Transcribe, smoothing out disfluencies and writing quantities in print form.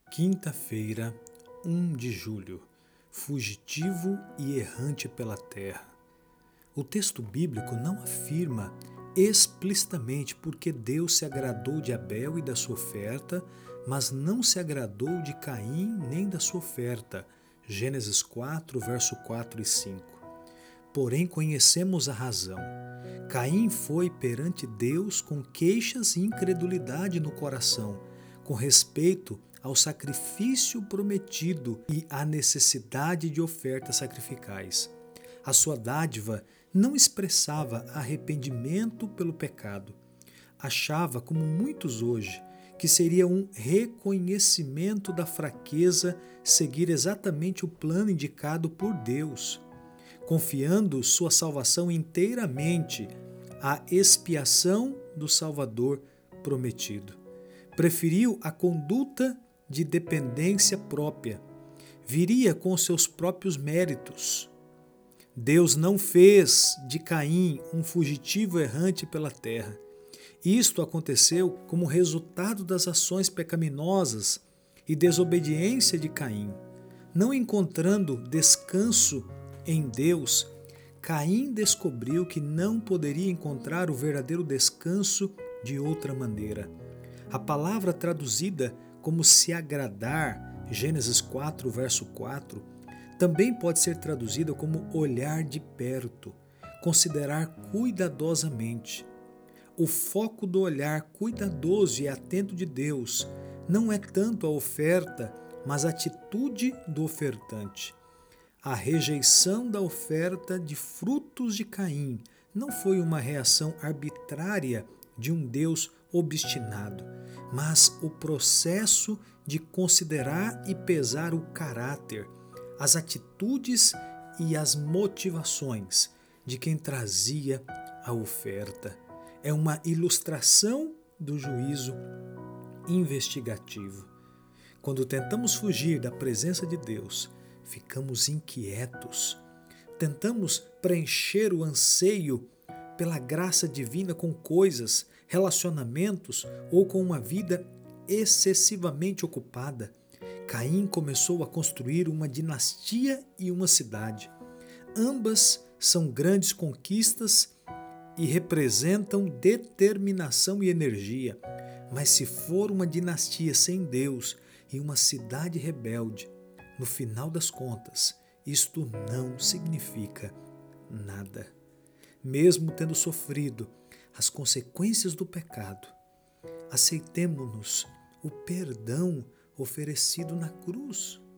Quinta-feira, 1 de julho. Fugitivo e errante pela terra. O texto bíblico não afirma explicitamente porque Deus se agradou de Abel e da sua oferta, mas não se agradou de Caim nem da sua oferta. Gênesis 4, verso 4 e 5. Porém, conhecemos a razão. Caim foi perante Deus com queixas e incredulidade no coração, com respeito ao sacrifício prometido e à necessidade de ofertas sacrificais. A sua dádiva não expressava arrependimento pelo pecado. Achava, como muitos hoje, que seria um reconhecimento da fraqueza seguir exatamente o plano indicado por Deus, confiando sua salvação inteiramente à expiação do Salvador prometido. Preferiu a conduta de dependência própria. Viria com seus próprios méritos. Deus não fez de Caim um fugitivo errante pela terra. Isto aconteceu como resultado das ações pecaminosas e desobediência de Caim. Não encontrando descanso em Deus, Caim descobriu que não poderia encontrar o verdadeiro descanso de outra maneira. A palavra traduzida como se agradar, Gênesis 4, verso 4, também pode ser traduzida como olhar de perto, considerar cuidadosamente. O foco do olhar cuidadoso e atento de Deus não é tanto a oferta, mas a atitude do ofertante. A rejeição da oferta de frutos de Caim não foi uma reação arbitrária de um Deus obstinado, mas o processo de considerar e pesar o caráter, as atitudes e as motivações de quem trazia a oferta. É uma ilustração do juízo investigativo. Quando tentamos fugir da presença de Deus, ficamos inquietos. Tentamos preencher o anseio pela graça divina com coisas, relacionamentos ou com uma vida excessivamente ocupada. Caim começou a construir uma dinastia e uma cidade. Ambas são grandes conquistas e representam determinação e energia. Mas se for uma dinastia sem Deus e uma cidade rebelde, no final das contas, isto não significa nada. Mesmo tendo sofrido as consequências do pecado, aceitemo-nos o perdão oferecido na cruz.